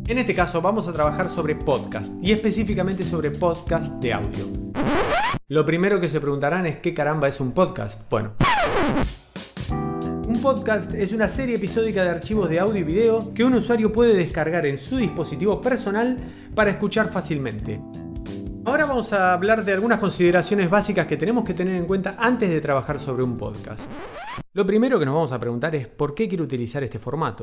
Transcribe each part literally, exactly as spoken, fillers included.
En este caso vamos a trabajar sobre podcast y específicamente sobre podcast de audio. Lo primero que se preguntarán es ¿qué caramba es un podcast? Bueno, un podcast es una serie episódica de archivos de audio y video que un usuario puede descargar en su dispositivo personal para escuchar fácilmente. Ahora vamos a hablar de algunas consideraciones básicas que tenemos que tener en cuenta antes de trabajar sobre un podcast. Lo primero que nos vamos a preguntar es ¿por qué quiero utilizar este formato?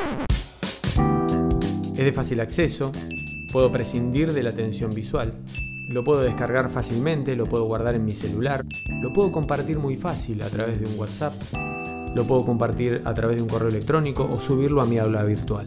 Es de fácil acceso, puedo prescindir de la atención visual, lo puedo descargar fácilmente, lo puedo guardar en mi celular, lo puedo compartir muy fácil a través de un WhatsApp, lo puedo compartir a través de un correo electrónico o subirlo a mi aula virtual.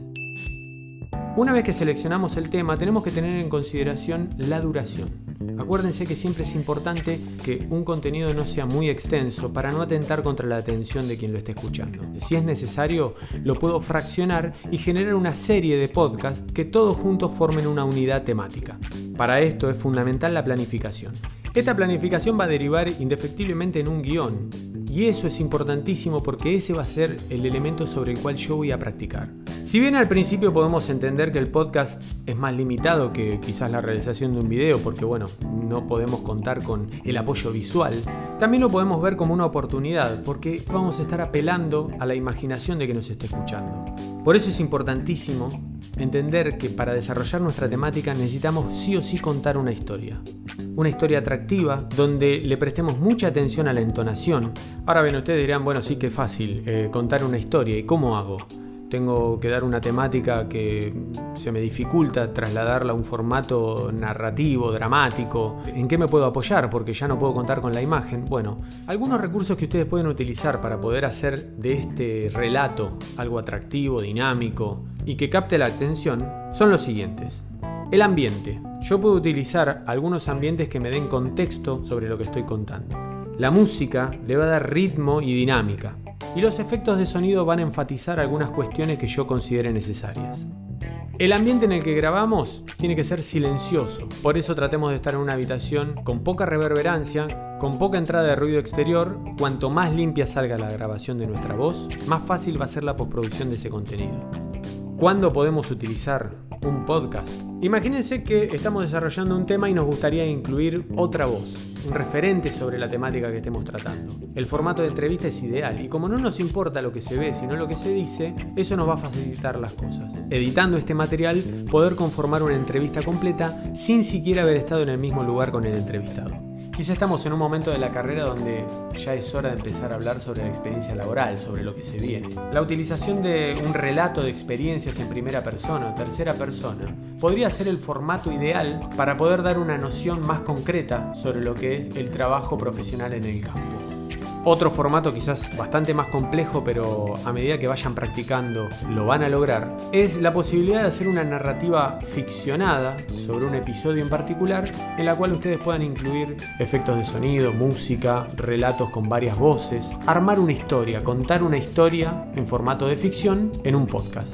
Una vez que seleccionamos el tema, tenemos que tener en consideración la duración. Acuérdense que siempre es importante que un contenido no sea muy extenso para no atentar contra la atención de quien lo esté escuchando. Si es necesario, lo puedo fraccionar y generar una serie de podcasts que todos juntos formen una unidad temática. Para esto es fundamental la planificación. Esta planificación va a derivar indefectiblemente en un guión. Y eso es importantísimo porque ese va a ser el elemento sobre el cual yo voy a practicar. Si bien al principio podemos entender que el podcast es más limitado que quizás la realización de un video, porque bueno, no podemos contar con el apoyo visual, también lo podemos ver como una oportunidad, porque vamos a estar apelando a la imaginación de quien nos esté escuchando. Por eso es importantísimo entender que para desarrollar nuestra temática necesitamos sí o sí contar una historia. Una historia atractiva, donde le prestemos mucha atención a la entonación. Ahora bien, ustedes dirán, bueno, sí que es fácil eh, contar una historia, ¿y cómo hago? Tengo que dar una temática que se me dificulta trasladarla a un formato narrativo, dramático. ¿En qué me puedo apoyar? Porque ya no puedo contar con la imagen. Bueno, algunos recursos que ustedes pueden utilizar para poder hacer de este relato algo atractivo, dinámico y que capte la atención son los siguientes. El ambiente. Yo puedo utilizar algunos ambientes que me den contexto sobre lo que estoy contando. La música le va a dar ritmo y dinámica. Y los efectos de sonido van a enfatizar algunas cuestiones que yo considere necesarias. El ambiente en el que grabamos tiene que ser silencioso, por eso tratemos de estar en una habitación con poca reverberancia, con poca entrada de ruido exterior. Cuanto más limpia salga la grabación de nuestra voz, más fácil va a ser la postproducción de ese contenido. ¿Cuándo podemos utilizar un podcast? Imagínense que estamos desarrollando un tema y nos gustaría incluir otra voz, un referente sobre la temática que estemos tratando. El formato de entrevista es ideal y como no nos importa lo que se ve sino lo que se dice, eso nos va a facilitar las cosas. Editando este material, poder conformar una entrevista completa sin siquiera haber estado en el mismo lugar con el entrevistado. Quizá estamos en un momento de la carrera donde ya es hora de empezar a hablar sobre la experiencia laboral, sobre lo que se viene. La utilización de un relato de experiencias en primera persona o tercera persona podría ser el formato ideal para poder dar una noción más concreta sobre lo que es el trabajo profesional en el campo. Otro formato quizás bastante más complejo, pero a medida que vayan practicando lo van a lograr, es la posibilidad de hacer una narrativa ficcionada sobre un episodio en particular en la cual ustedes puedan incluir efectos de sonido, música, relatos con varias voces, armar una historia, contar una historia en formato de ficción en un podcast.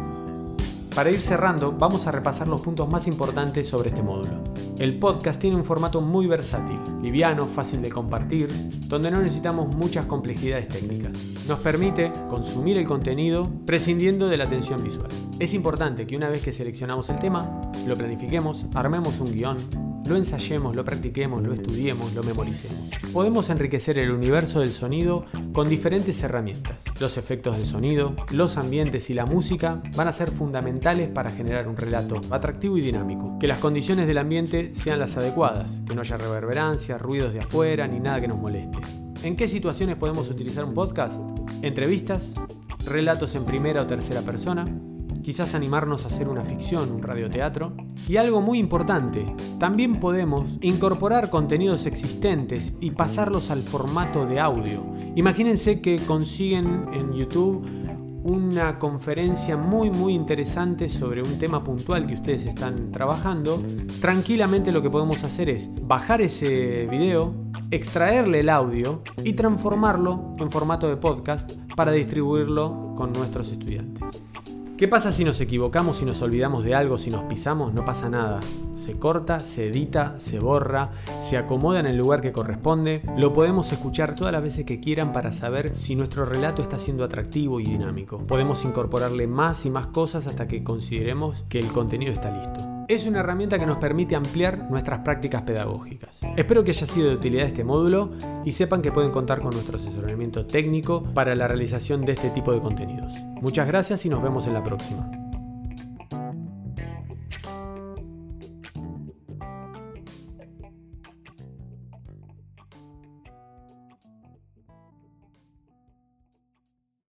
Para ir cerrando, vamos a repasar los puntos más importantes sobre este módulo. El podcast tiene un formato muy versátil, liviano, fácil de compartir, donde no necesitamos muchas complejidades técnicas. Nos permite consumir el contenido prescindiendo de la atención visual. Es importante que una vez que seleccionamos el tema, lo planifiquemos, armemos un guión, lo ensayemos, lo practiquemos, lo estudiemos, lo memoricemos. Podemos enriquecer el universo del sonido con diferentes herramientas. Los efectos de sonido, los ambientes y la música van a ser fundamentales para generar un relato atractivo y dinámico. Que las condiciones del ambiente sean las adecuadas, que no haya reverberancia, ruidos de afuera ni nada que nos moleste. ¿En qué situaciones podemos utilizar un podcast? Entrevistas, relatos en primera o tercera persona, quizás animarnos a hacer una ficción, un radioteatro. Y algo muy importante, también podemos incorporar contenidos existentes y pasarlos al formato de audio. Imagínense que consiguen en YouTube una conferencia muy muy interesante sobre un tema puntual que ustedes están trabajando. Tranquilamente lo que podemos hacer es bajar ese video, extraerle el audio y transformarlo en formato de podcast para distribuirlo con nuestros estudiantes. ¿Qué pasa si nos equivocamos, si nos olvidamos de algo, si nos pisamos? No pasa nada. Se corta, se edita, se borra, se acomoda en el lugar que corresponde. Lo podemos escuchar todas las veces que quieran para saber si nuestro relato está siendo atractivo y dinámico. Podemos incorporarle más y más cosas hasta que consideremos que el contenido está listo. Es una herramienta que nos permite ampliar nuestras prácticas pedagógicas. Espero que haya sido de utilidad este módulo y sepan que pueden contar con nuestro asesoramiento técnico para la realización de este tipo de contenidos. Muchas gracias y nos vemos en la próxima.